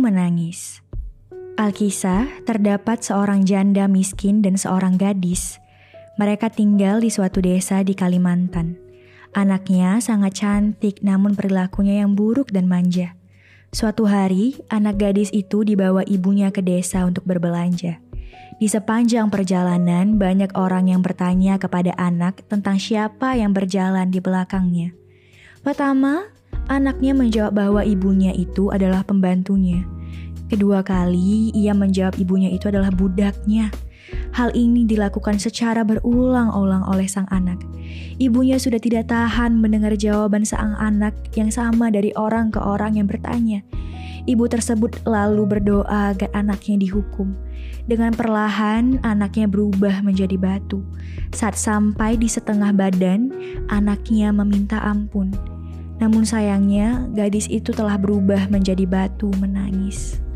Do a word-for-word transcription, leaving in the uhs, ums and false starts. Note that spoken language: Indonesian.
menangis. Alkisah, terdapat seorang janda miskin dan seorang gadis. Mereka tinggal di suatu desa di Kalimantan. Anaknya sangat cantik namun perilakunya yang buruk dan manja. Suatu hari, anak gadis itu dibawa ibunya ke desa untuk berbelanja. Di sepanjang perjalanan, banyak orang yang bertanya kepada anak tentang siapa yang berjalan di belakangnya. Pertama, anaknya menjawab bahwa ibunya itu adalah pembantunya. Kedua kali, ia menjawab ibunya itu adalah budaknya. Hal ini dilakukan secara berulang-ulang oleh sang anak. Ibunya sudah tidak tahan mendengar jawaban sang anak yang sama dari orang ke orang yang bertanya. Ibu tersebut lalu berdoa agar anaknya dihukum. Dengan perlahan, anaknya berubah menjadi batu. Saat sampai di setengah badan, anaknya meminta ampun. Namun sayangnya, gadis itu telah berubah menjadi batu menangis.